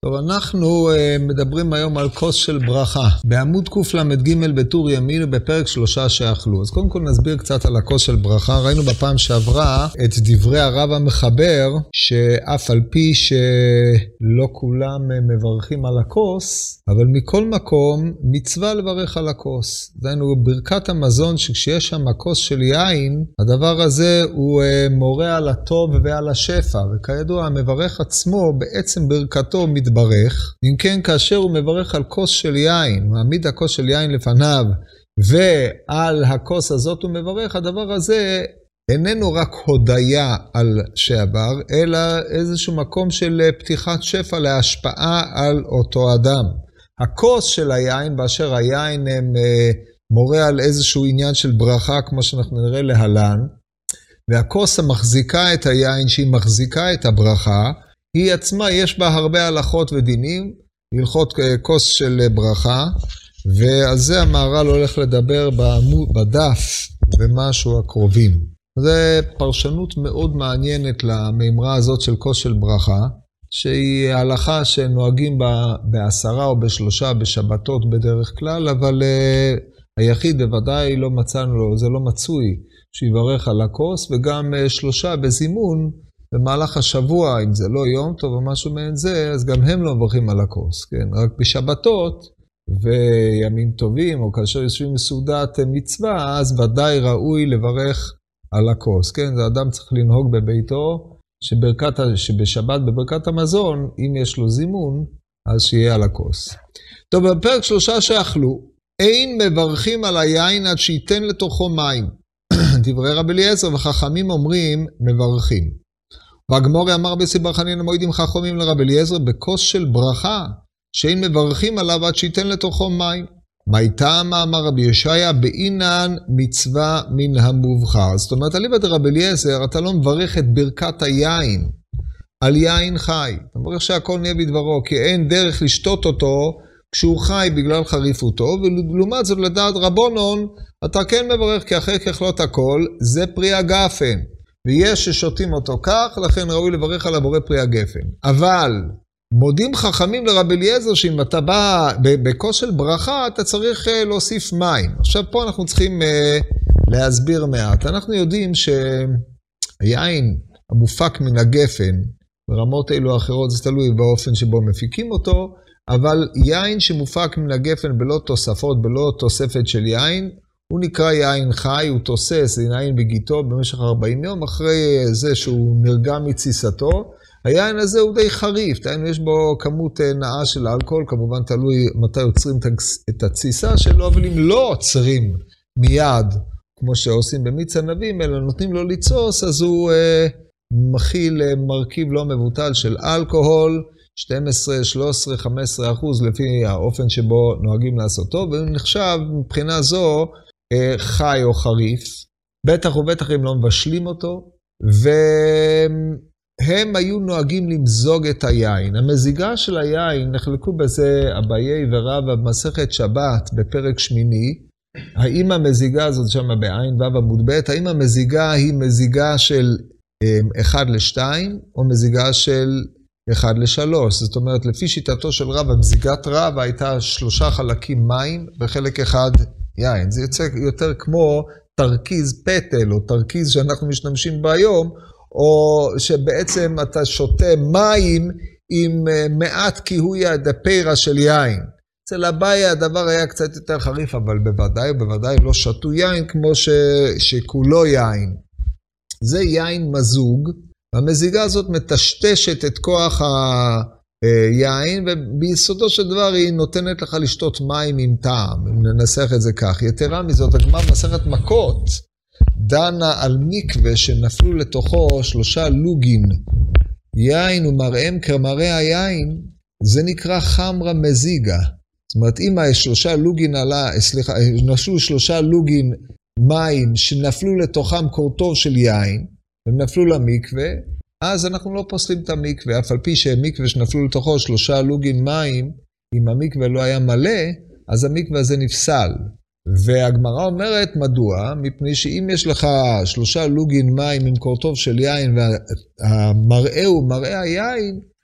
טוב, אנחנו מדברים היום על כוס של ברכה. בעמוד קל"ג בטור ימין ובפרק 3 שאכלו. אז קודם כל נסביר קצת על הכוס של ברכה. ראינו בפעם שעברה את דברי הרב המחבר, שאף על פי שלא כולם מברכים על הכוס, אבל מכל מקום מצווה לברך על הכוס. דהיינו ברכת המזון, שכשיש שם כוס של יין, הדבר הזה הוא מורה על הטוב ועל השפע. וכידוע, המברך עצמו בעצם ברכתו מתברך. אם כן, כאשר הוא מברך על כוס של יין, מעמיד הכוס של יין לפניו, ועל הכוס הזאת הוא מברך, הדבר הזה איננו רק הודיה על שעבר, אלא איזשהו מקום של פתיחת שפע להשפעה על אותו אדם. הכוס של היין, באשר היין מורה על איזשהו עניין של ברכה, כמו שאנחנו נראה להלן, והכוס המחזיקה את היין, שהיא מחזיקה את הברכה, היא עצמה יש בה הרבה הלכות ודינים, הלכות כוס של ברכה, ועל זה המהר"ל הולך לדבר בדף ומשהו הקרובים. זו פרשנות מאוד מעניינת למימרה הזאת של כוס של ברכה, שהיא הלכה שנוהגים בה ב10 או ב3 בשבתות בדרך כלל, אבל היחיד בוודאי לא מצאנו לו, זה לא מצוי שיברך על הכוס, וגם 3 בזימון, במהלך השבוע, אם זה לא יום טוב או משהו מעין זה, אז גם הם לא מברכים על הכוס, כן? רק בשבתות וימים טובים, או כאשר יושבים מסעודת מצווה, אז ודאי ראוי לברך על הכוס, כן? זה אדם צריך לנהוג בביתו, שבשבת בברכת המזון, אם יש לו זימון, אז שיהיה על הכוס. טוב, בפרק 3 שאכלו, אין מברכים על היין עד שייתן לתוכו מים. דברי רבי אליעזר וחכמים אומרים, מברכים. והגמרא אמר בסיבר חנינא מועידים חכמים לרבי אליעזר בכוס של ברכה, שאין מברכים עליו עד שייתן לתוכו מים. מה טעם אמר רבי ישעיה באינן מצווה מן המובחר. זאת אומרת, אליבא דרבי אליעזר, אתה לא מברך את ברכת היין על יין חי. אתה מברך שהכל נהיה בדברו, כי אין דרך לשתות אותו כשהוא חי בגלל חריפותו, ולעומת זאת לדעת רבונון, אתה כן מברך כי אחרי ככלות הכל, זה פרי הגפן. ויש ששותים אותו כך, לכן ראוי לברך על הבורא פרי הגפן. אבל מודים חכמים לרבי אליעזר שאם אתה בא בכוס של ברכה, אתה צריך להוסיף מים. עכשיו פה אנחנו צריכים להסביר מעט. אנחנו יודעים שהיין המופק מן הגפן, ברמות אלו או אחרות, זה תלוי באופן שבו מפיקים אותו, אבל יין שמופק מן הגפן בלא תוספות, בלא תוספת של יין, הוא נקרא יין חי, הוא תוסס, זה יין בגיתו במשך 40 יום, אחרי זה שהוא נרגע מתסיסתו. היין הזה הוא די חריף, יש בו כמות נאה של אלכוהול, כמובן תלוי מתי עוצרים את התסיסה שלו, אבל אם לא עוצרים מיד, כמו שעושים במיץ ענבים, אלא נותנים לו לצוס, אז הוא מכיל מרכיב לא מבוטל של אלכוהול, 12, 13, 15% לפי האופן שבו נוהגים לעשותו, והוא נחשב מבחינה זו חי או חריף, בטח ובטח אם לא מבשלים אותו, והם היו נוהגים למזוג את היין. המזיגה של היין, נחלקו בזה אביי ורבא במסכת שבת בפרק 8, האם המזיגה הזאת שם בעין ו' עמוד ב', האם המזיגה היא מזיגה של 1:2 או מזיגה של 1:3, זאת אומרת, לפי שיטתו של רבא, מזיגת רבא הייתה 3 חלקים מים וחלק אחד יין. זה יוצא יותר כמו תרכיז פטל, או תרכיז שאנחנו משתמשים בה היום, או שבעצם אתה שותה מים עם מעט כיהוי דפירה של יין. אצל אביי הדבר היה קצת יותר חריף, אבל בוודאי לא שתו יין כמו שכולו יין. זה יין מזוג, והמזיגה הזאת מטשטשת את כוח היין, וביסודו של דבר היא נותנת לך לשתות מים עם טעם, אם ננסח את זה כך. יתרה מזאת, הגמרא במסכת מכות דנה על מקווה שנפלו לתוכו 3 לוגין יין ומראיהם כמראה היין, זה נקרא חמרה מזיגה. זאת אומרת, אם 3 לוגין נפלו 3 לוגין מים שנפלו לתוכם קורטוב של יין, הם נפלו למקווה, אז אנחנו לא פוסלים את המקווה, אף על פי שמקווה שנפלו לתוכו 3 לוגין מים, אם המקווה לא היה מלא, אז המקווה הזה נפסל. והגמרא אומרת מדוע? מפני שאם יש לך 3 לוגין מים עם קורטוב של יין, והמראה הוא מראה היין,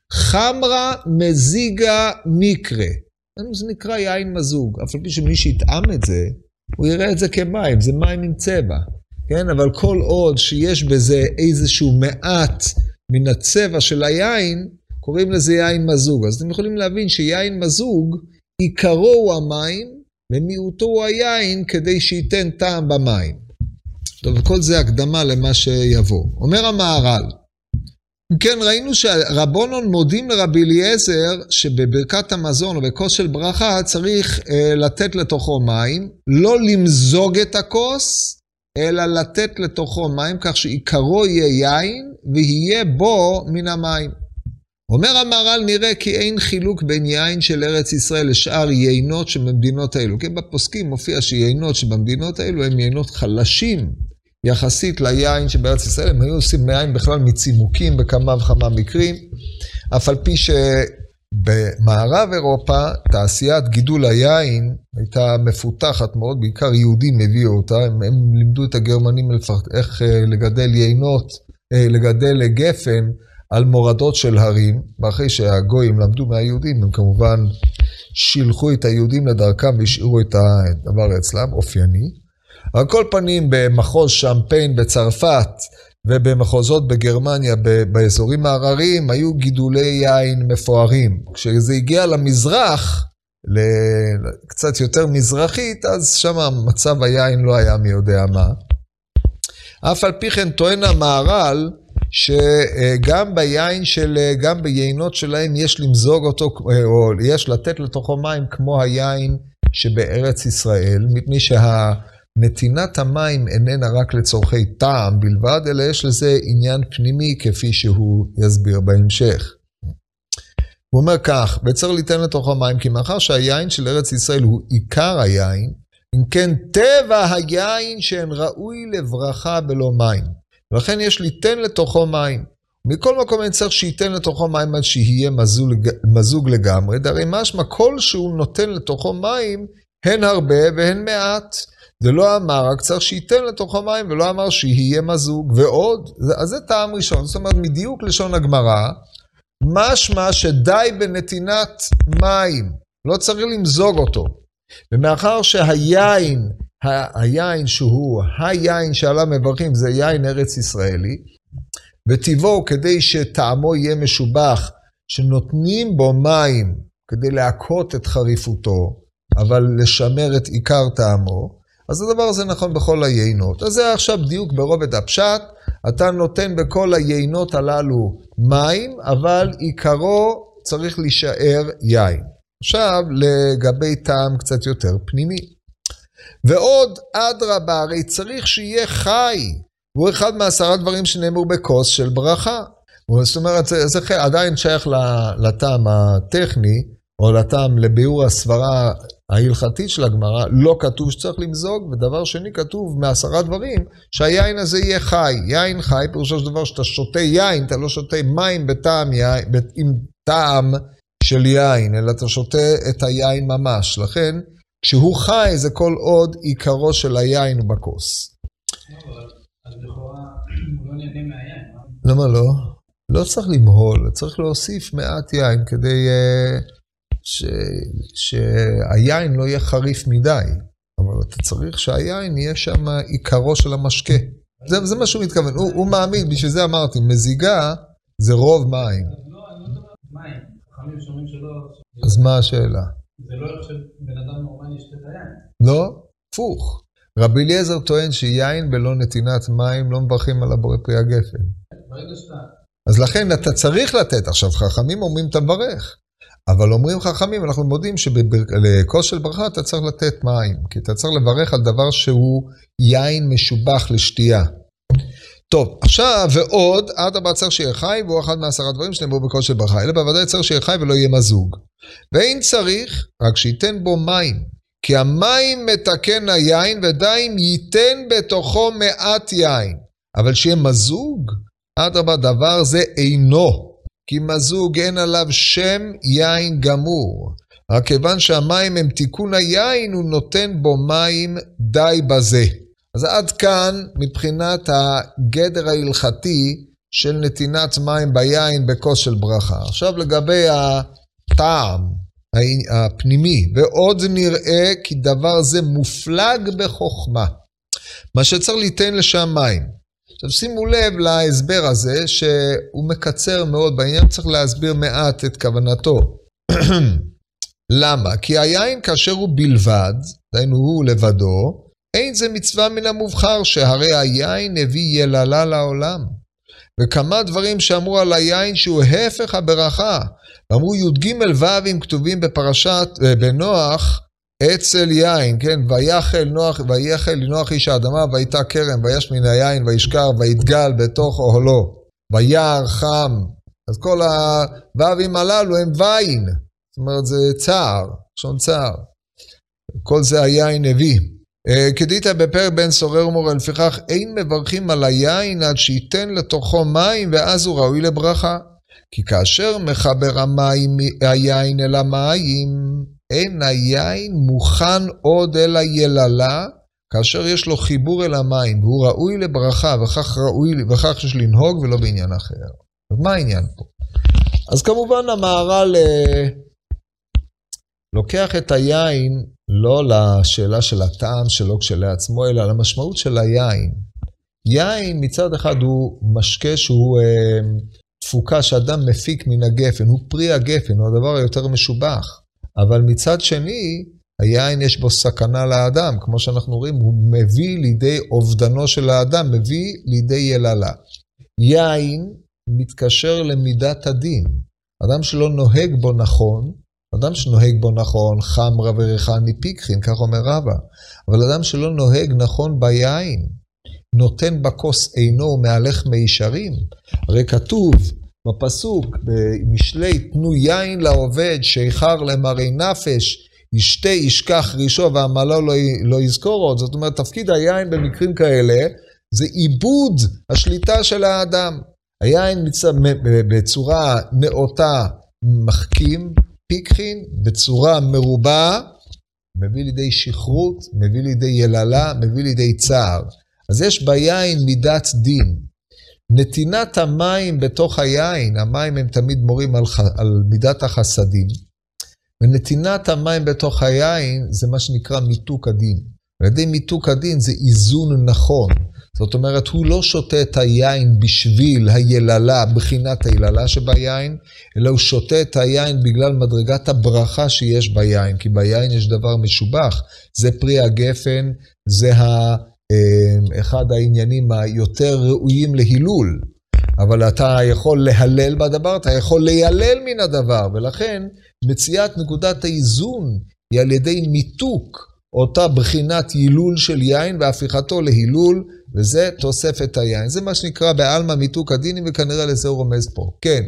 חמרה מזיגה מקרה. זה נקרא יין מזוג. אף על פי שמי שיטעם את זה, הוא יראה את זה כמים, זה מים עם צבע. כן? אבל כל עוד שיש בזה איזשהו מעט מן הצבע של היין, קוראים לזה יין מזוג. אז אתם יכולים להבין שיין מזוג, עיקרו הוא המים, ומיעוטו הוא היין כדי שייתן טעם במים. טוב, וכל זה הקדמה למה שיבוא. אומר המהר"ל, כן, ראינו שרבונון מודים לרבי אליעזר שבברכת המזון או בכוס של ברכה צריך לתת לתוכו מים, לא למזוג את הכוס, אלא לתת לתוכו מים כך שעיקרו יהיה יין ויהיה בו מן המים. אומר המהר"ל, נראה כי אין חילוק בין יין של ארץ ישראל לשאר יינות שבמדינות האלו. כי בפוסקים מופיע שיינות שבמדינות האלו הם יינות חלשים יחסית ליין שבארץ ישראל. הם היו עושים יין בכלל מצימוקים בכמה וכמה מקרים. אף על פי שבמערב אירופה תעשיית גידול היין הייתה מפותחת מאוד, בעיקר יהודים הביאו אותה. הם לימדו את הגרמנים איך לגדל יינות, לגדל גפן, על מורדות של הרים, ואחרי שהגויים למדו מהיהודים, הם כמובן שילחו את היהודים לדרכם והשאירו את הדבר אצלם, אופייני. על כל פנים, במחוז שמפיין בצרפת ובמחוזות בגרמניה, באזורים ההרריים, היו גידולי יין מפוארים. כשזה הגיע למזרח, קצת יותר מזרחית, אז שם מצב היין לא היה מי יודע מה. אף על פי כן טוען המהר"ל, שגם ביין גם ביינות שלהם יש למזוג אותו, או יש לתת לתוכו מים כמו היין שבארץ ישראל, מפני שהנתינת המים איננה רק לצורכי טעם בלבד, אלא יש לזה עניין פנימי כפי שהוא יסביר בהמשך. הוא אומר כך, וצריך ליתן לתוכו מים, כי מאחר שהיין של ארץ ישראל הוא עיקר היין, אם כן טבע היין שאין ראוי לברכה בלא מים. ולכן יש ליתן לתוכו מים. מכל מקום אין צריך שייתן לתוכו מים עד שיהיה מזוג לגמרי. דרי משמע כל שהוא נותן לתוכו מים, הן הרבה והן מעט. זה לא אמר, רק צריך שייתן לתוכו מים, ולא אמר שיהיה מזוג. ועוד, אז זה טעם ראשון. זאת אומרת, מדיוק לשון הגמרא, משמע שדי בנתינת מים. לא צריך למזוג אותו. ומאחר שהיין, היין שהוא היין שעליו מברכים, זה יין ארץ ישראלי, וטבעו כדי שטעמו יהיה משובח, שנותנים בו מים כדי להכות את חריפותו, אבל לשמר את עיקר טעמו, אז הדבר הזה נכון בכל היינות. אז זה עכשיו דיוק ברובד הפשט, אתה נותן בכל היינות הללו מים, אבל עיקרו צריך להישאר יין. עכשיו לגבי טעם קצת יותר פנימי. ועוד אדרבה, הרי צריך שיהיה חי, והוא אחד מ10 דברים שנאמרו בכוס של ברכה. זאת אומרת, זה עדיין שייך לטעם הטכני, או לטעם לביאור הסברה ההלכתית של הגמרא, לא כתוב שצריך למזוג, ודבר שני כתוב מ10 דברים, שהיין הזה יהיה חי. יין חי, פירושו של דבר שאתה שותה יין, אתה לא שותה מים בטעם יין, עם טעם של יין, אלא אתה שותה את היין ממש. לכן, כשהוא חי זה כל עוד עיקרו של היין בכוס. אז לכאורה הוא לא נהנה מהיין. למה לא? לא צריך למהול, צריך להוסיף מעט יין כדי שהיין לא יהיה חריף מדי. אבל אתה צריך שהיין יהיה שם עיקרו של המשקה. זה מה שהוא מתכוון. הוא מאמין, בשביל זה אמרתי, מזיגה זה רוב מים. לא, אני לא מדבר מים. חכמים שאומרים שלא... אז מה השאלה? זה לא איך שבן אדם נורמלי ישתה את היין. לא, הפוך. רבי אליעזר טוען שיין בלא נתינת מים לא מברכים על הבורא פרי הגפן. ברגע שאתה... אז לכן אתה צריך לתת. עכשיו חכמים אומרים אתה מברך. אבל אומרים חכמים, אנחנו מודים שבכוס של ברכה אתה צריך לתת מים. כי אתה צריך לברך על דבר שהוא יין משובח לשתייה. טוב, עכשיו ועוד, עד הבא צריך שיהיה חי, והוא אחד מ10 דברים שנאמרו בכוס של ברכה. אלא בוודאי צריך שיהיה חי ולא יהיה מזוג. ואין צריך, רק שייתן בו מים. כי המים מתקן היין, ודי אם ייתן בתוכו מעט יין. אבל שיהיה מזוג, עד הבא דבר זה אינו. כי מזוג אין עליו שם יין גמור. רק כיוון שהמים הם תיקון היין, הוא נותן בו מים די בזה. אז עד כאן, מבחינת הגדר ההלכתי של נתינת מים ביין בכוס של ברכה. עכשיו לגבי הטעם הפנימי, ועוד נראה כי דבר זה מופלג בחוכמה, מה שצריך ליתן לשם מים. עכשיו שימו לב להסבר הזה שהוא מקצר מאוד בעניין, צריך להסביר מעט את כוונתו. למה? כי היין כאשר הוא בלבד, דיינו הוא לבדו, אין זה מצווה מן המובחר, שהרי היין הביא יללה לעולם. וכמה דברים שאמרו על היין שהוא הפך הברכה. אמרו י"ג ו"ים כתובים בפרשת בנוח אצל יין, כן? ויחל לנוח איש האדמה, והייתה כרם, ויש מן היין, וישכר, ויתגל בתוך אוהלו, ויער חם. אז כל הו"ים הללו הם ויין. זאת אומרת זה צער, שון צער. כל זה היין הביא. כדית בפרק בן סורר ומורה, לפיכך אין מברכים על היין עד שייתן לתוכו מים ואז הוא ראוי לברכה. כי כאשר מחבר היין אל המים, אין היין מוכן עוד אל היללה, כאשר יש לו חיבור אל המים, והוא ראוי לברכה, וכך יש לנהוג ולא בעניין אחר. אז מה העניין פה? אז כמובן המהר"ל לוקח את היין לא לשאלה של הטעם שלו כשלעצמו, אלא למשמעות של היין. יין מצד אחד הוא משקה שהוא תפוקה שאדם מפיק מן הגפן, הוא פרי הגפן, הוא הדבר היותר משובח. אבל מצד שני, היין יש בו סכנה לאדם, כמו שאנחנו רואים, הוא מביא לידי אובדנו של האדם, מביא לידי יללה. יין מתקשר למידת הדין. אדם שלא נוהג בו נכון, אדם שנוהג בו נכון, חמרה וריחני פיקחין, כך אומר רבא. אבל אדם שלא נוהג נכון ביין, נותן בכוס עינו ומהלך מישרים. הרי כתוב בפסוק, במשלי תנו יין לעובד, שיכר למרי נפש, ישתה ישכח רישו ועמלו לא יזכור עוד. זאת אומרת, תפקיד היין במקרים כאלה, זה עיבוד השליטה של האדם. היין בצורה נאותה מחכים, פיקחין, בצורה מרובה, מביא לידי שכרות, מביא לידי יללה, מביא לידי צער. אז יש ביין מידת דין. נתינת המים בתוך היין, המים הם תמיד מורים על מידת החסדים. ונתינת המים בתוך היין זה מה שנקרא מיתוק הדין. על ידי מיתוק הדין זה איזון נכון. זאת אומרת, הוא לא שותה את היין בשביל היללה, בחינת היללה שביין, אלא הוא שותה את היין בגלל מדרגת הברכה שיש ביין, כי ביין יש דבר משובח, זה פרי הגפן, זה אחד העניינים היותר ראויים להילול, אבל אתה יכול להלל בדבר, אתה יכול להילל מן הדבר, ולכן מציאת נקודת האיזון היא על ידי מיתוק, אותה בחינת הילול של יין והפיכתו להילול, וזה תוספת היין. זה מה שנקרא בעלמא מיתוק הדינים, וכנראה לזה הוא רומז פה. כן.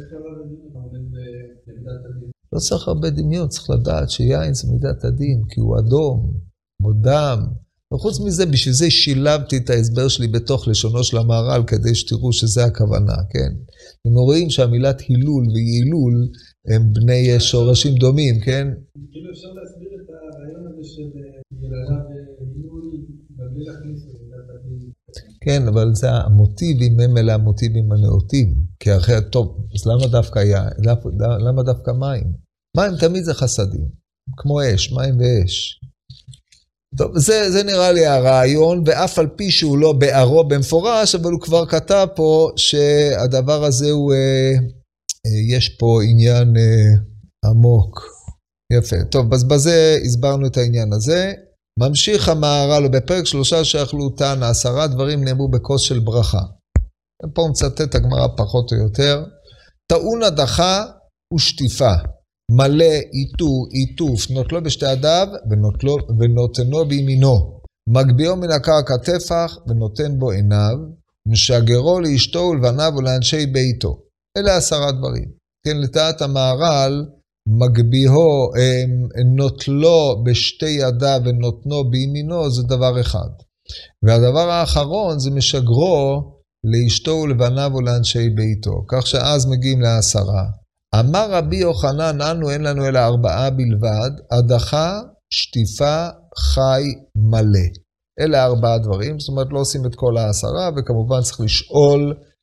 לא צריך הרבה דמיון, צריך לדעת שיין זה מידת הדין, כי הוא אדום, מודם. וחוץ מזה, בשביל זה שילבתי את ההסבר שלי בתוך לשונו של המהר"ל, כדי שתראו שזה הכוונה, כן? אתם רואים שהמילת הילול והילול הם בני שורשים דומים, כן? כאילו אפשר להסביר את הרעיון הזה של יללה והילול בלי להכניס למידת הדין. כן, אבל זה המוטיבים, הם אלה המוטיבים הנאותים. כי אחרת, טוב, אז למה דווקא מים? מים תמיד זה חסדים, כמו אש, מים ואש. טוב, זה נראה לי הרעיון, ואף על פי שהוא לא בערו במפורש, אבל הוא כבר כתב פה שהדבר הזה הוא, יש פה עניין עמוק. יפה. טוב, אז בזה הסברנו את העניין הזה. ממשיך המהר"ל, בפרק 3 שאכלו תנא, 10 דברים נאמרו בכוס של ברכה. פה מצטט הגמרא פחות או יותר. טעון הדחה ושטיפה. מלא עיטוף, נוטלו בשתי ידיו ונותנו בימינו. מגביהו מן הקרקע טפח ונותן בו עיניו, משגרו לאשתו ולבניו ולאנשי ביתו. אלה 10 דברים. כן, לדעת המהר"ל, מגביהו, נוטלו בשתי ידיו ונותנו בימינו, זה דבר אחד. והדבר האחרון זה משגרו לאשתו ולבניו ולאנשי ביתו. כך שאז מגיעים ל10. אמר רבי יוחנן, אנו אין לנו אלא 4 בלבד, הדחה, שטיפה, חי, מלא. אלה 4 דברים, זאת אומרת לא עושים את כל 10, וכמובן צריך לשאול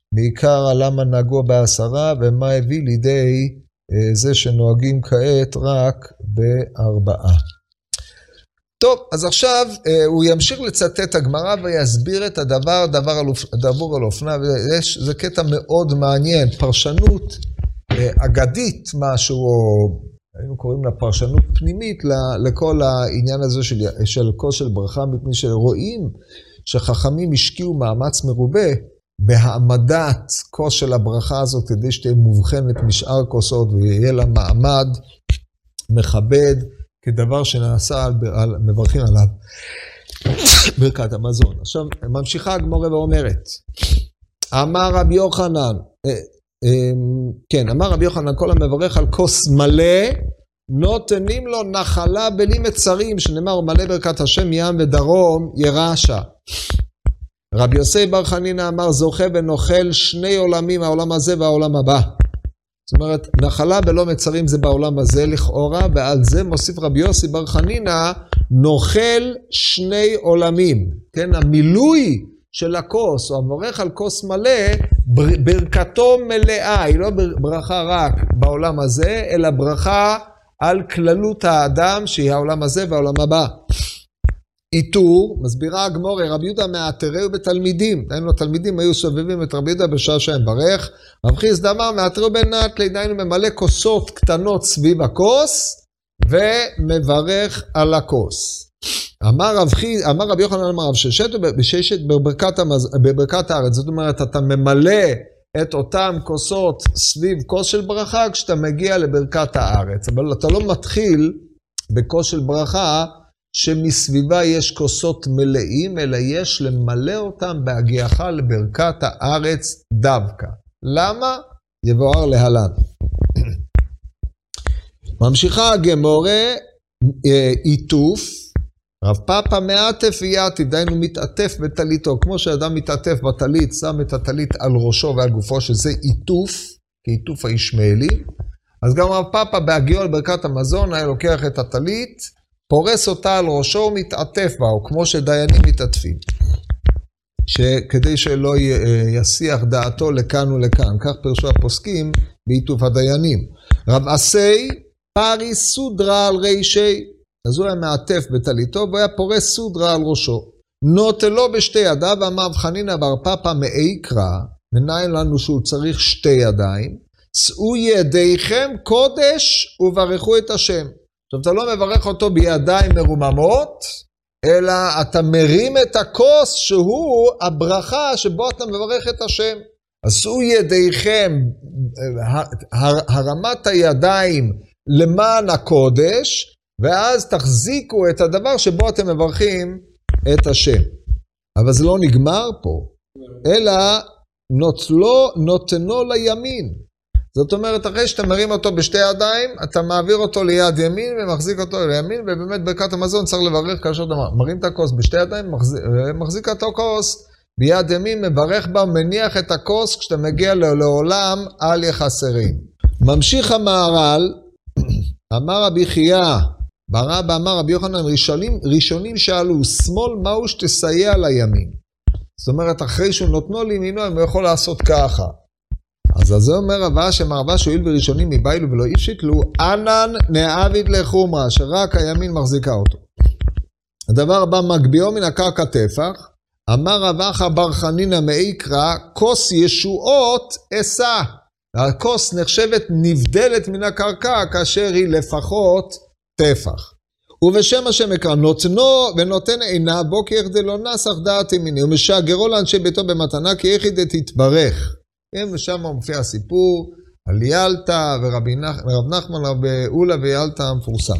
בעיקר על למה נהגו ב10 ומה הביא לידי זה שנוהגים כעת רק ב4. טוב, אז עכשיו הוא ימשיך לצטט הגמרא ויסביר את הדבר, דבור על אופנה, זה קטע מאוד מעניין, פרשנות אגדית משהו, או היינו קוראים לה פרשנות פנימית לכל העניין הזה של כוס של ברכה, מפני שרואים שחכמים השקיעו מאמץ מרובה בהעמדת כוס של הברכה הזאת, כדי שתהיה מובחנת משאר כוסות ויהיה לה מעמד מכבד, כדבר שנעשה על מברכים עליו ברכת המזון. עכשיו ממשיכה הגמרא ואומרת, אמר רבי יוחנן, אמר רבי יוחנן, כל המברך על כוס מלא, נותנים לו נחלה בלי מצרים, שנאמר מלא ברכת השם ים ודרום ירשה. רבי יוסי בר חנינא אמר, זוכה ונוכל שני עולמים, העולם הזה והעולם הבא. זאת אומרת, נחלה בלא מצרים זה בעולם הזה לכאורה, ועל זה מוסיף רבי יוסי בר חנינא, נוכל שני עולמים. כן, המילוי של הכוס, או המברך על כוס מלא, ברכתו מלאה, היא לא ברכה רק בעולם הזה, אלא ברכה על כללות האדם, שהיא העולם הזה והעולם הבא. איתור, מסבירה הגמרא, רבי יהודה מאתרהו בתלמידים, דהיינו התלמידים היו סובבים את רבי יהודה בשעה שהם ברך, רב חיסדא אמר מאתרהו בנטלי, דהיינו ממלא כוסות קטנות סביב הכוס, ומברך על הכוס. אמר רבי יוחנן אמר רב ששת בברכת הארץ, זאת אומרת אתה ממלא את אותם כוסות סביב כוס של ברכה כשאתה מגיע לברכת הארץ, אבל אתה לא מתחיל בכוס של ברכה שמסביבה יש כוסות מלאים, אלא יש למלא אותם בהגיעך לברכת הארץ דווקא. למה? יבואר להלן. ממשיכה הגמרא, עיטוף, רב פאפא מעטף ויעטיף, דהיינו מתעטף בטליתו, כמו שאדם מתעטף בטלית, שם את הטלית על ראשו ועל גופו, שזה עיטוף, כעיטוף הישמעאלי. אז גם רב פאפא בהגיעו לברכת המזון, היה לוקח את הטלית, פורס אותה על ראשו ומתעטף בה, או כמו שדיינים מתעטפים. כדי שלא יסיח דעתו לכאן ולכאן, כך פרשו הפוסקים בעיטוף הדיינים. רב עשי פרי סודרה על רישי, אז הוא היה מעטף בטליתו, והוא היה פורס סודרה על ראשו. נוטלו בשתי ידיו, ואמר רב חנינא בר פאפא מעיקרא, מניין לנו שהוא צריך שתי ידיים, שאו ידיכם קודש וברכו את השם. עכשיו אתה לא מברך אותו בידיים מרוממות, אלא אתה מרים את הכוס שהוא הברכה שבו אתה מברך את השם. עשו ידיכם, הרמת הידיים למען הקודש, ואז תחזיקו את הדבר שבו אתם מברכים את השם. אבל זה לא נגמר פה, אלא נותנו לימין. זאת אומרת, אחרי שאתה מרים אותו בשתי ידיים, אתה מעביר אותו ליד ימין ומחזיק אותו לימין, ובאמת ברכת המזון צריך לברך כאשר אתה מרים את הכוס בשתי ידיים, מחזיק את הכוס ביד ימין, מברך בה, מניח את הכוס כשאתה מגיע לעולם על יחסרים. ממשיך המהר"ל, אמר רבי חייא, ברבא אמר רבי יוחנן, ראשונים שאלו, שמאל מהו שתסייע לימין? זאת אומרת, אחרי שהוא נותנו לימינו, הוא יכול לעשות ככה. אז זה אומר רבא שמרבא שואל וראשונים מבילו ולא איפשיטלו, ענן נעביד לחומרה, שרק הימין מחזיקה אותו. הדבר הבא, מגביעו מן הקרקע טפח, אמר רבא בר חנינא מעיקרא, כוס ישועות אסא. הכוס נחשבת נבדלת מן הקרקע, כאשר היא לפחות טפח. ובשם השם יקרא, נותנו ונותן עינה, בוקר דלא נסח דעת ימיני, ומשגרו לאנשי ביתו במתנה, כי יחיד תתברך. ושם מופיע הסיפור על ילתא ורב נחמן רב אולה וילתא המפורסם.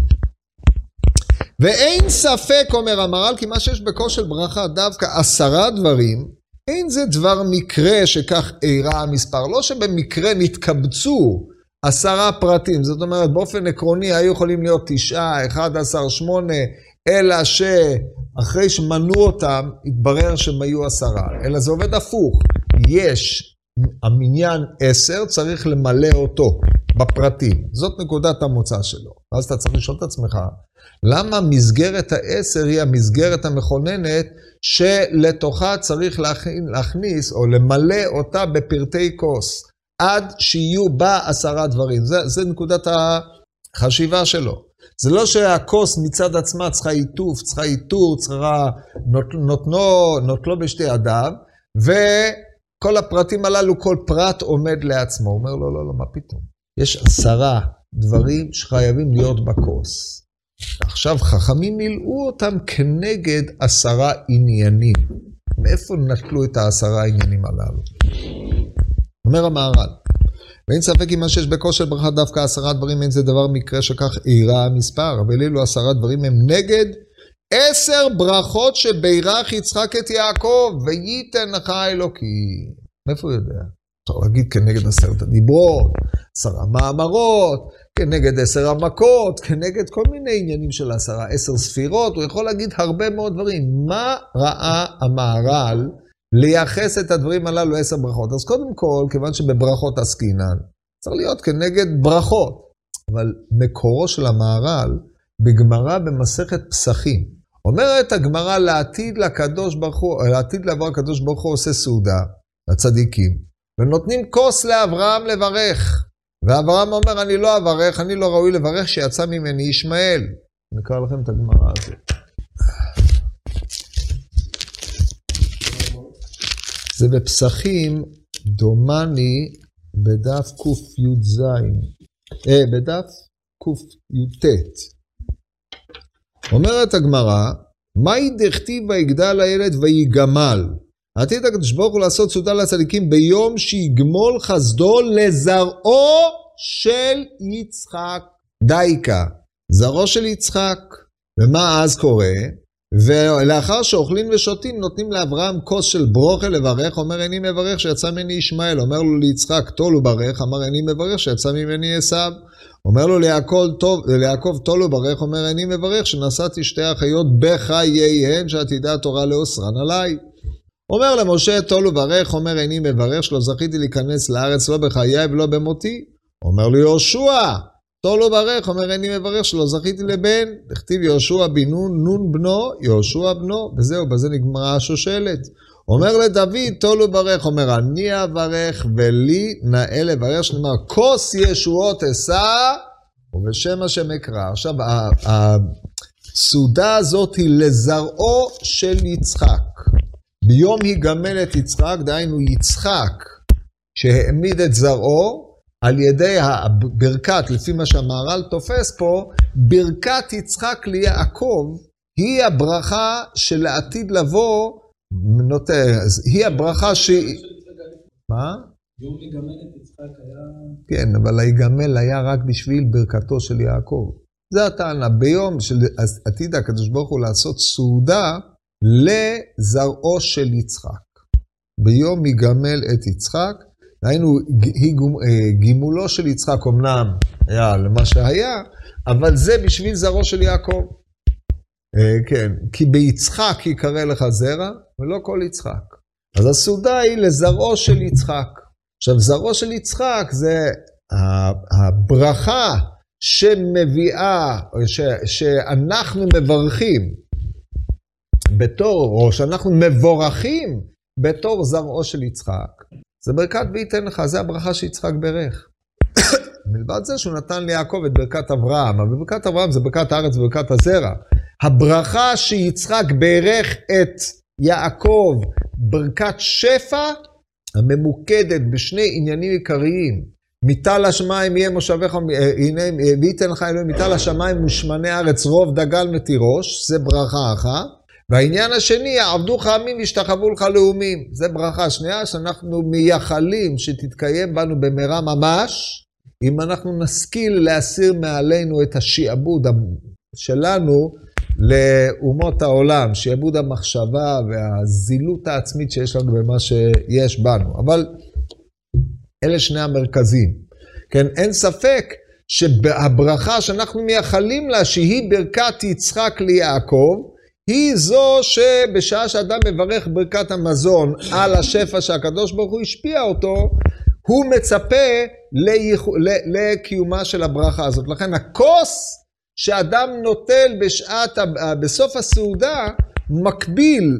ואין ספק, אומר המהר"ל, כי מה שיש בכוס של ברכה דווקא 10 דברים, אין זה דבר מקרה שכך אירע המספר, לא שבמקרה נתקבצו 10 פרטים, זאת אומרת באופן עקרוני היו יכולים להיות 9, 11, 8, אלא שאחרי שמנו אותם התברר שהם היו 10, אלא זה עובד הפוך, יש המניין 10, צריך למלא אותו. בפרטים. זאת נקודת המוצא שלו. ואז אתה צריך לשאול את עצמך, למה מסגרת ה10 היא המסגרת המכוננת שלתוכה צריך להכניס או למלא אותה בפרטי כוס, עד שיהיו בה 10 דברים. זה נקודת החשיבה שלו. זה לא שהכוס מצד עצמה צריכה עיטוף, צריכה עיטור, צריכה נוטלו בשתי ידיו, וכל הפרטים הללו, כל פרט עומד לעצמו. הוא אומר, לא, מה פתאום? יש 10 דברים שחייבים להיות בכוס. עכשיו חכמים מילאו אותם כנגד 10 עניינים. מאיפה נטלו את 10 עניינים הללו? אומר המהר"ל, ואין ספק אם מה שיש בכוס של ברכה דווקא 10 דברים, אין זה דבר מקרה שכך אירע המספר, אבל אלו 10 דברים הם נגד 10 ברכות שבירך יצחק את יעקב, וייתן לך אלוקי. מאיפה הוא יודע? אפשר להגיד כנגד 10 הדיברות, 10 מאמרות, כנגד 10 המכות, כנגד כל מיני עניינים של 10 ספירות, הוא יכול להגיד הרבה מאוד דברים. מה ראה המהר"ל לייחס את הדברים הללו 10 ברכות? אז קודם כל, כיוון שבברכות עסקינן, צריך להיות כנגד ברכות. אבל מקורו של המהר"ל בגמרא במסכת פסחים. אומרת הגמרא לעתיד לעבור הקדוש ברוך הוא עושה סעודה לצדיקים. ונותנים כוס לאברהם לברך. ואברהם אומר, אני לא אברך, אני לא ראוי לברך שיצא ממני ישמעאל. נקרא לכם את הגמרא הזאת. זה בפסחים, דומני בדף ק"ז. בדף ק"ט. אומרת הגמרא, מהי דכתיב ויגדל הילד ויגמל? עתיד הקדוש ברוך הוא לעשות סעודה לצדיקים ביום שיגמול חסדו לזרעו של יצחק. דייקה, זרעו של יצחק. ומה אז קורה? ולאחר שאוכלים ושותים נותנים לאברהם כוס של ברוכה לברך, אומר איני מברך שיצא ממני ישמעאל. אומר לו ליצחק תול וברך, אמר איני מברך שיצא ממני עשיו. אומר לו ליעקב תול וברך, אומר איני מברך שנשאתי 2 אחיות בחייהן שעתידה התורה לאוסרן עליי. אומר למשה תול וברך, אומר איני מברך שלא זכיתי להיכנס לארץ לא בחיי ולא במותי. אומר לו יהושע תול וברך, אומר איני מברך שלא זכיתי לבן. תכתיב יהושע בן נון בנו, יהושע בנו, וזהו, בזה נגמרה השושלת. אומר לדוד תול וברך, אומר אני אברך ולי נאה לברך, שנאמר כוס ישועות אשא ובשם השם אקרא. עכשיו הסעודה הזאת היא לזרעו של יצחק. ביום היגמל את יצחק, דהיינו יצחק שהעמיד את זרעו על ידי הברכת, לפי מה שהמהר"ל תופס פה, ברכת יצחק ליעקב היא הברכה שלעתיד לבוא, היא הברכה מה? יום היגמל את יצחק היה... כן, אבל היגמל היה רק בשביל ברכתו של יעקב. זה הטענה, ביום של עתיד הקדוש ברוך הוא לעשות סעודה, לזרעו של יצחק. ביום יגמל את יצחק, היינו גימולו של יצחק אמנם היה למה שהיה, אבל זה בשביל זרעו של יעקב. כן, כי ביצחק יקרא לך זרע, ולא כל יצחק. אז הסעודה היא לזרעו של יצחק. עכשיו, זרעו של יצחק זה הברכה שמביאה, שאנחנו מברכים, או שאנחנו מבורכים בתור זרעו של יצחק, זה ברכת וייתן לך, זה הברכה שיצחק ברך. מלבד זה שהוא נתן ליעקב את ברכת אברהם, אבל ברכת אברהם זה ברכת הארץ וברכת הזרע. הברכה שיצחק ברך את יעקב, ברכת שפע, הממוקדת בשני עניינים עיקריים. מיטל השמיים יהיה מושבך, וייתן לך אלוהים, מיטל השמיים ושמני הארץ רוב דגל מתירוש, זה ברכה אחת. והעניין השני, יעבדוך עמים וישתחוו לך לאומים. זה ברכה שנייה שאנחנו מייחלים שתתקיים בנו במהרה ממש, אם אנחנו נשכיל להסיר מעלינו את השיעבוד שלנו לאומות העולם, שיעבוד המחשבה והזילות העצמית שיש לנו במה שיש בנו. אבל אלה שני המרכזים. כן, אין ספק שהברכה שאנחנו מייחלים לה, שהיא ברכת יצחק ליעקב, היא זו שבשעה שאדם מברך ברכת המזון על השפע שהקדוש ברוך הוא השפיע אותו, הוא מצפה לקיומה של הברכה הזאת. לכן הכוס שאדם נוטל בסוף הסעודה, מקביל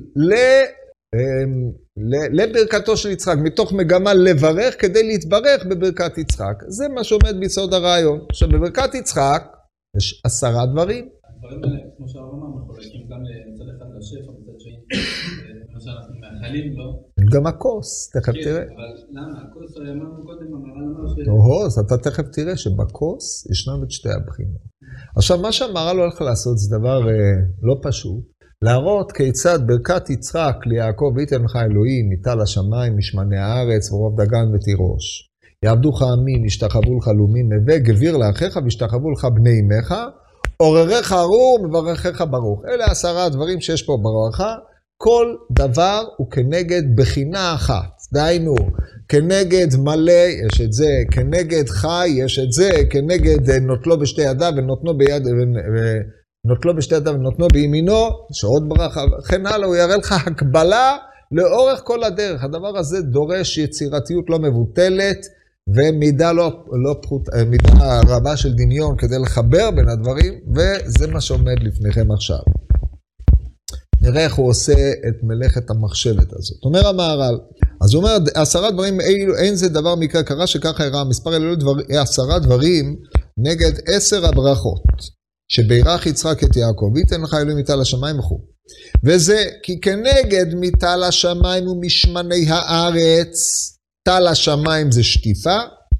לברכתו של יצחק, מתוך מגמה לברך כדי להתברך בברכת יצחק. זה מה שעומד ביסוד הרעיון. עכשיו, בברכת יצחק יש 10 דברים. הדברים האלה, כמו שהרמב"ם מחולקים גם מצד אחד לשפע, מצד שני, מה שאנחנו מאחלים לו. גם הכוס, תכף תראה. אבל למה? הכוס, אמרנו קודם, המהר"ל אמר אז אתה תכף תראה שבכוס ישנם את שתי הבחינות. עכשיו, מה שהמהר"ל הולך לעשות זה דבר לא פשוט. להראות כיצד ברכת יצחק ליעקב ויתן לך אלוהים, מטל השמיים, משמני הארץ, ורוב דגן ותירוש. יעבדוך עמים, ישתחוו לך לאומים, הווה גביר לאחיך וישתחוו לך בני אמך, עורריך ארור, מברכך ברוך. אלה 10 דברים שיש פה ברכה. כל דבר הוא כנגד בחינה אחת. דהיינו, כנגד מלא יש את זה, כנגד חי יש את זה, כנגד נוטלו בשתי ידיו ונותנו ביד נוטלו בשתי ידיו ונותנו בימינו, שעוד ברכה, וכן הלאה, הוא יראה לך הקבלה לאורך כל הדרך. הדבר הזה דורש יצירתיות לא מבוטלת, ומידה מידה רבה של דמיון כדי לחבר בין הדברים, וזה מה שעומד לפניכם עכשיו. נראה איך הוא עושה את מלאכת המחשבת הזאת. אומר המהר"ל, אז הוא אומר, 10 דברים, אין זה דבר מקרה קרה שככה הראה, מספר אלו 10 דברים נגד 10 הברכות, שבירך יצחק את יעקב, ויתן לך אלוהים מטל השמיים וכו'. וזה כי כנגד מטל השמיים ומשמני הארץ, טל השמיים זה שטיפה,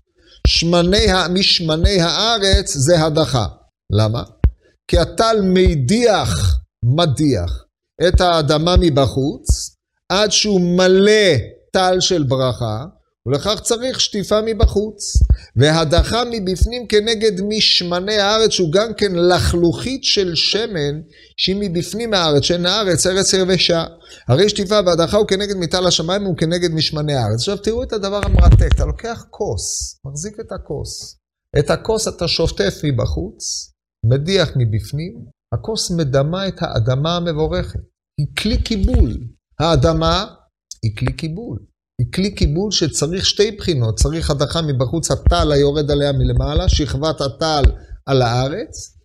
משמני הארץ זה הדחה. למה? כי הטל מדיח את האדמה מבחוץ, עד שהוא מלא טל של ברכה, ולכך צריך שטיפה מבחוץ, והדחה מבפנים כנגד משמני הארץ, שהוא גם כן לחלוכית של שמן, שהיא מבפנים הארץ, שאין הארץ, ארץ יבשה. הרי שטיפה והדחה הוא כנגד מטל השמיים, הוא כנגד משמני הארץ. עכשיו תראו את הדבר המרתק, אתה לוקח כוס, מחזיק את הכוס. את הכוס אתה שופטף מבחוץ, מדיח מבפנים, הכוס מדמה את האדמה המבורכת. היא כלי קיבול. האדמה היא כלי קיבול. היא כלי קיבול שצריך 2 בחינות. צריך הדחה מבחוץ, הטל היורד עליה מלמעלה, שכבת הטל על הארץ,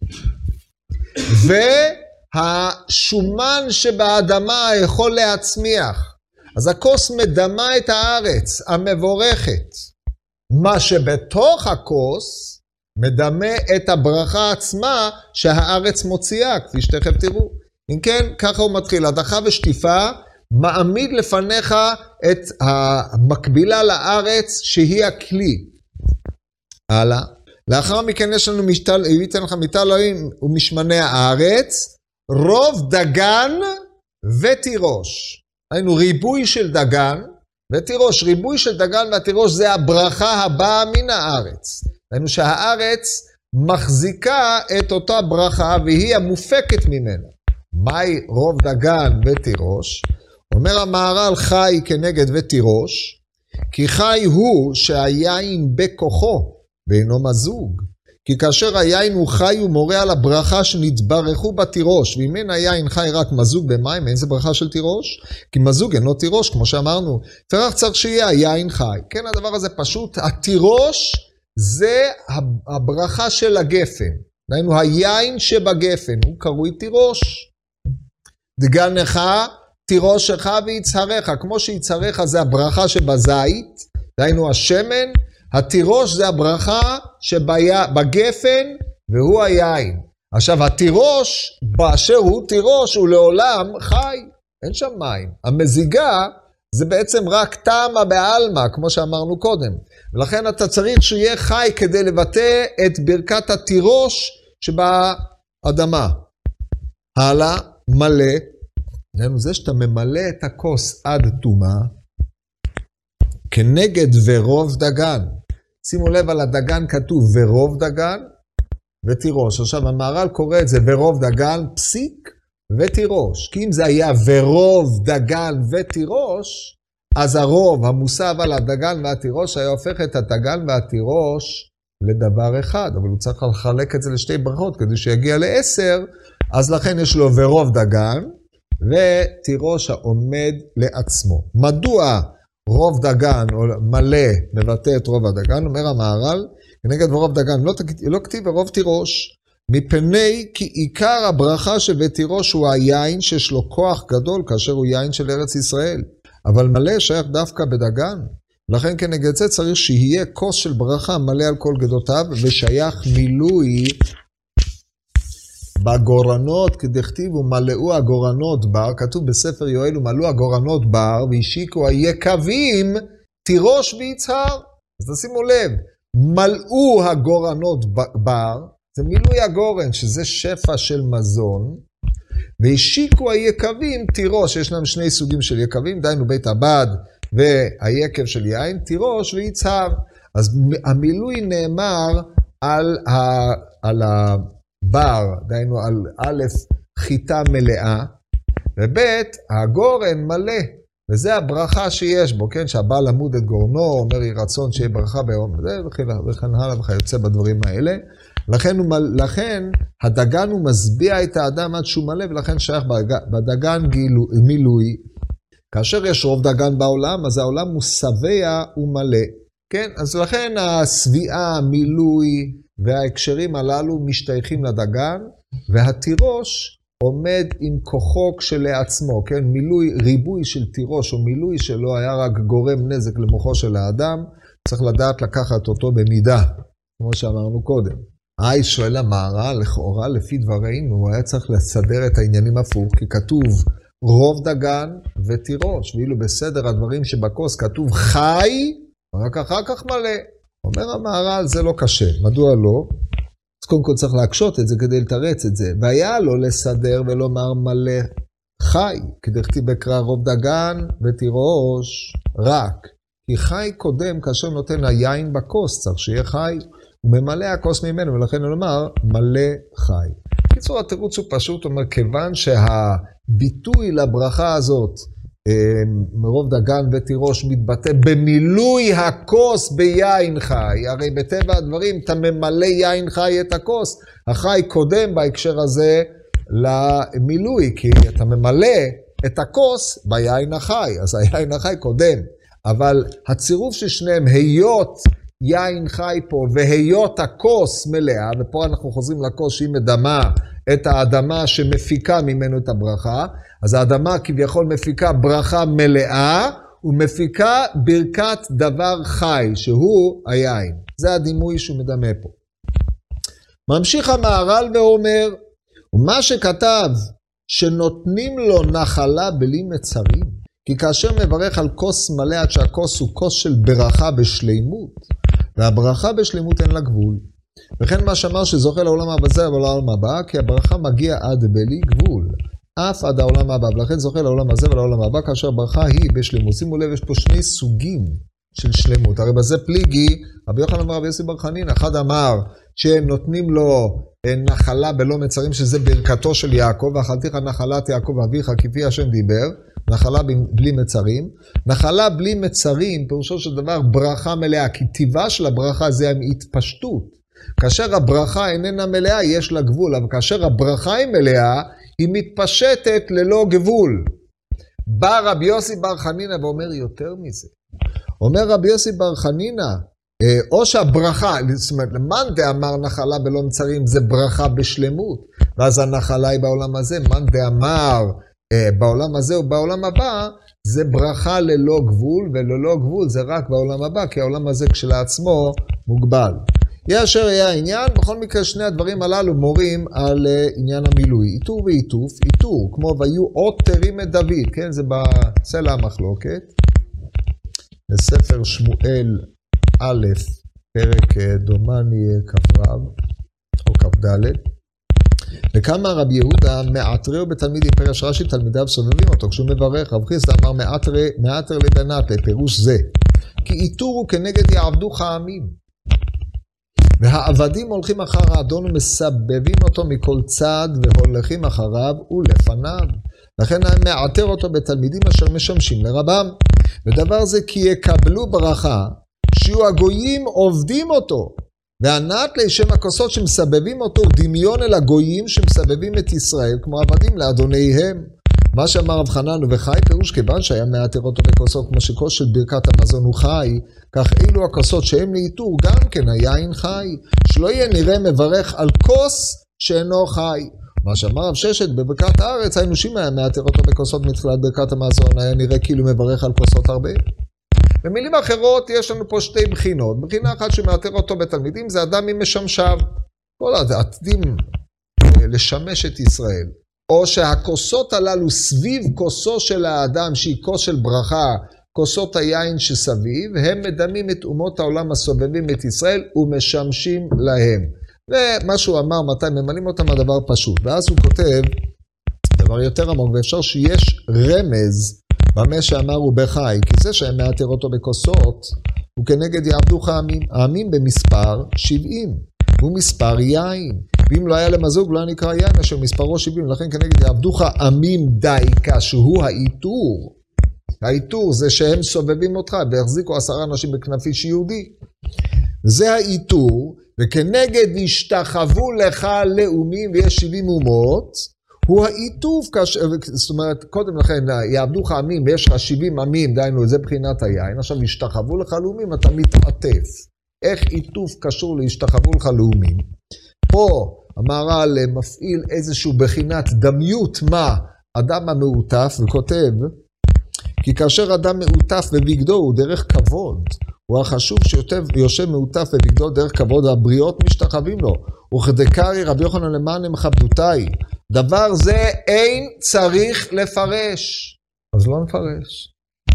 והשומן שבאדמה יכול להצמיח. אז הכוס מדמה את הארץ המבורכת. מה שבתוך הכוס מדמה את הברכה עצמה שהארץ מוציאה, כפי שתכף תראו. אם כן, ככה הוא מתחיל. הדחה ושטיפה מעמיד לפניך את המקבילה לארץ שהיא הכלי. הלאה. לאחר מכן יש לנו ויתן לך מטל אלוהים ומשמני הארץ, רוב דגן ותירוש. היינו ריבוי של דגן ותירוש. ריבוי של דגן ותירוש זה הברכה הבאה מן הארץ. היינו שהארץ מחזיקה את אותה ברכה והיא המופקת ממנה. מהי רוב דגן ותירוש? אומר המהר"ל חי כנגד ותירוש, כי חי הוא שהיין בכוחו ואינו מזוג. כי כאשר היין הוא חי הוא מורה על הברכה שנתברכו בתירוש, ואם אין היין חי רק מזוג במים, אין זה ברכה של תירוש? כי מזוג אינו תירוש, כמו שאמרנו. פרח צריך שיהיה היין חי. כן, הדבר הזה פשוט, התירוש זה הברכה של הגפן. דהיינו, היין שבגפן, הוא קרוי תירוש. דגנך, תירושך ויצהרך. כמו שיצהרך זה הברכה שבזית, דהיינו השמן, התירוש זה הברכה שבגפן והוא היין. עכשיו התירוש, באשר הוא תירוש, הוא לעולם חי. אין שם מים. המזיגה זה בעצם רק טעמה בעלמא, כמו שאמרנו קודם. ולכן אתה צריך שיהיה חי כדי לבטא את ברכת התירוש שבאדמה. הלאה, מלא. זה שאתה ממלא את הכוס עד תומה, כנגד ורוב דגן. שימו לב על הדגן כתוב ורוב דגן ותירוש. עכשיו המהר"ל קורא את זה ורוב דגן פסיק ותירוש. כי אם זה היה ורוב דגן ותירוש, אז הרוב המוסב על הדגן והתירוש היה הופך את הדגן והתירוש לדבר אחד. אבל הוא צריך לחלק את זה לשתי ברכות כדי שיגיע ל10, אז לכן יש לו ורוב דגן ותירוש העומד לעצמו. מדוע רוב דגן, או מלא, מבטא את רוב הדגן, אומר המהר"ל, כנגד רוב דגן, לא כתיב ורוב תירוש, מפני כי עיקר הברכה של ותירוש הוא היין שיש לו כוח גדול, כאשר הוא יין של ארץ ישראל. אבל מלא שייך דווקא בדגן. לכן כנגד זה צריך שיהיה כוס של ברכה מלא על כל גדותיו, ושייך מילוי בגורנות, כדכתיב ומלאו הגורנות בר, כתוב בספר יואל ומלאו הגורנות בר, והשיקו היקבים תירוש ויצהר. אז תשימו לב, מלאו הגורנות בר, זה מילוי הגורן, שזה שפע של מזון, והשיקו היקבים תירוש, יש להם שני סוגים של יקבים, דיינו בית הבד והיקב של יין, תירוש ויצהר. אז המילוי נאמר על הבר, דיינו על א' חיטה מלאה, וב' הגורן מלא, וזה הברכה שיש בו, כן? שהבעל למוד את גורנו, אומר לי רצון שיהיה ברכה ביום, וכן הלאה וכיוצא בדברים האלה. לכן הדגן הוא משביע את האדם עד שהוא מלא, ולכן שייך בדגן מילוי. כאשר יש רוב דגן בעולם, אז העולם הוא שבע ומלא. כן? אז לכן הסביעה, המילוי וההקשרים הללו משתייכים לדגן, והתירוש עומד עם כוחו כשלעצמו. כן? מילוי, ריבוי של תירוש או מילוי שלו היה רק גורם נזק למוחו של האדם, צריך לדעת לקחת אותו במידה, כמו שאמרנו קודם. שואל המהר"ל, לכאורה לפי דברינו, הוא היה צריך לסדר את העניינים הפוך, כי כתוב רוב דגן ותירוש, ואילו בסדר הדברים שבכוס כתוב חי, רק אחר כך מלא. אומר המהר"ל, זה לא קשה. מדוע לא? אז קודם כל צריך להקשות את זה כדי לתרץ את זה. והיה לו לסדר ולומר מלא חי, כדכתיב בקרא רוב דגן ותירוש רק. כי חי קודם כאשר נותן היין בכוס, צריך שיהיה חי. הוא ממלא הכוס ממנו, ולכן הוא אומר, מלא חי. בקיצור, התירוץ הוא פשוט, אומר, כיוון שהביטוי לברכה הזאת, מרוב דגן ותירוש, מתבטא במילוי הכוס ביין חי. הרי בטבע הדברים, אתה ממלא יין חי את הכוס. החי קודם בהקשר הזה למילוי, כי אתה ממלא את הכוס ביין החי. אז היין החי קודם. אבל הצירוף של שניהם, היות יין חי פה, והיות הכוס מלאה, ופה אנחנו חוזרים לכוס שהיא מדמה את האדמה שמפיקה ממנו את הברכה, אז האדמה כביכול מפיקה ברכה מלאה, ומפיקה ברכת דבר חי, שהוא היין. זה הדימוי שהוא מדמה פה. ממשיך המהר"ל ואומר, ומה שכתב, שנותנים לו נחלה בלי מצרים, כי כאשר מברך על כוס מלא עד שהכוס הוא כוס של ברכה בשלימות, והברכה בשלימות אין לה גבול. וכן מה שאמר שזוכה לעולם הבא ולעולם הבא, כי הברכה מגיעה עד בלי גבול, אף עד העולם הבא, ולכן זוכה לעולם הזה ולעולם הבא, כאשר הברכה היא בשלימות. שימו לב, יש פה שני סוגים של שלמות. הרי בזה פליגי, רבי יוחנן אמר רבי יוסי בר חנינא, אחד אמר שנותנים לו נחלה בלא מצרים, שזה ברכתו של יעקב, ואכלתיך נחלת יעקב אביך, כפי השם דיבר, נחלה בלי מצרים. נחלה בלי מצרים, פירושו של דבר ברכה מלאה, כי טבעה של הברכה זה התפשטות. כאשר הברכה איננה מלאה, יש לה גבול, אבל כאשר הברכה היא מלאה, היא מתפשטת ללא גבול. בא רבי יוסי בר חנינא ואומר יותר מזה. אומר רבי יוסי בר חנינא, או שהברכה, זאת אומרת, מאן דאמר נחלה בלא מצרים, זה ברכה בשלמות, ואז הנחלה היא בעולם הזה. מאן דאמר בעולם הזה או בעולם הבא, זה ברכה ללא גבול, וללא גבול זה רק בעולם הבא, כי העולם הזה כשלעצמו מוגבל. יהיה אשר יהיה העניין, בכל מקרה שני הדברים הללו מורים על עניין המילוי. איתור ואיתוף, איתור, כמו ויהיו עוטרים את דוד, כן, זה בסלע המחלוקת, בספר שמואל א', פרק דומני כ"ו או כ"ד, וכמה רבי יהודה מעטרהו בתלמידים, פרש רש"י תלמידיו סובבים אותו, כשהוא מברך, רב חיסדא אמר מעטר לבנתה, פירוש זה, כי איתור הוא כנגד יעבדוך העמים. והעבדים הולכים אחר האדון ומסבבים אותו מכל צד והולכים אחריו ולפניו. לכן הם מעטר אותו בתלמידים אשר משמשים לרבם. ודבר זה כי יקבלו ברכה שיהיו הגויים עובדים אותו. וענת לשם הכוסות שמסבבים אותו דמיון אל הגויים שמסבבים את ישראל כמו עבדים לאדוניהם. מה שאמר רב חנן וחי פירוש כיוון שהיה מעטר אותו בכוסות כמו שכוס של ברכת המזון הוא חי, כך אילו הכוסות שהם לעיטור גם כן היין חי, שלא יהיה נראה מברך על כוס שאינו חי. מה שאמר רב ששת בברכת הארץ, היינו שאם היה מעטר אותו בכוסות מתחילת ברכת המזון, היה נראה כאילו מברך על כוסות הרבה. במילים אחרות יש לנו פה שתי בחינות. בחינה אחת שמעטר אותו בתלמידים זה אדם עם משמשיו. כל העתידים לשמש את ישראל. או שהכוסות הללו סביב כוסו של האדם שהיא כוס של ברכה, כוסות היין שסביב, הם מדמים את אומות העולם הסובבים את ישראל ומשמשים להם. ומה שהוא אמר מתי ממלאים אותם הדבר פשוט. ואז הוא כותב דבר יותר עמוק, ואפשר שיש רמז במה שאמר הוא בחי, כי זה שהם מעטר אותו בכוסות, הוא כנגד יעבדוך העמים. העמים במספר 70, הוא מספר יין. ואם לא היה למזוג, לא נקרא יין, אשר מספרו 70, לכן כנגד יעבדוך עמים דייקה, שהוא העיטור. העיטור זה שהם סובבים אותך, והחזיקו 10 אנשים בכנפיש יהודי. זה העיטור, וכנגד השתחוו לך לאומים, ויש 70 אומות, הוא העיטוב, זאת אומרת, קודם לכן, יעבדוך עמים, ויש לך 70 עמים, דיינו, זה בחינת היין, עכשיו השתחוו לך לאומים, אתה מתעטף. איך עיטוב קשור להשתחוו לך לאומים? פה המהר"ל מפעיל איזשהו בחינת דמיות מה אדם המעוטף, וכותב, כי כאשר אדם מעוטף בבגדו הוא דרך כבוד, הוא החשוב שיושב מעוטף בבגדו דרך כבוד, הבריות משתחווים לו, וכדקרי רבי יוחנן למען הם מכבדותי, דבר זה אין צריך לפרש, אז לא נפרש.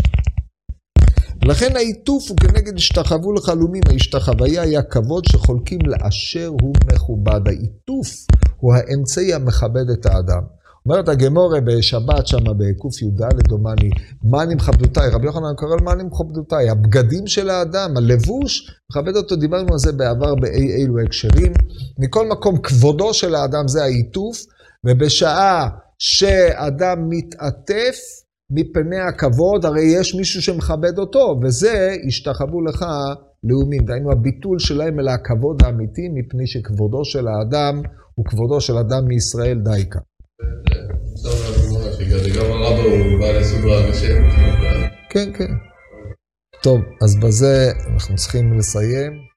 לכן העיטוף הוא כנגד השתחוו לך לאומים, ההשתחוויה היה כבוד שחולקים לאשר הוא מכובד. העיטוף הוא האמצעי המכבד את האדם. אומרת הגמורה בשבת שם בקוף י"ד דומני, מאנים מכבדותיי, רבי יוחנן קורא למאנים מכבדותיי, הבגדים של האדם, הלבוש, מכבד אותו, דיברנו על זה בעבר באילו הקשרים. מכל מקום כבודו של האדם זה העיטוף, ובשעה שאדם מתעטף, מפני הכבוד, הרי יש מישהו שמכבד אותו, וזה השתחוו לך לאומים. דהיינו, הביטול שלהם אל הכבוד האמיתי, מפני שכבודו של האדם הוא כבודו של אדם מישראל דייקה. גם הרב הוא בא לסודרה בשם. כן, כן. טוב, אז בזה אנחנו צריכים לסיים.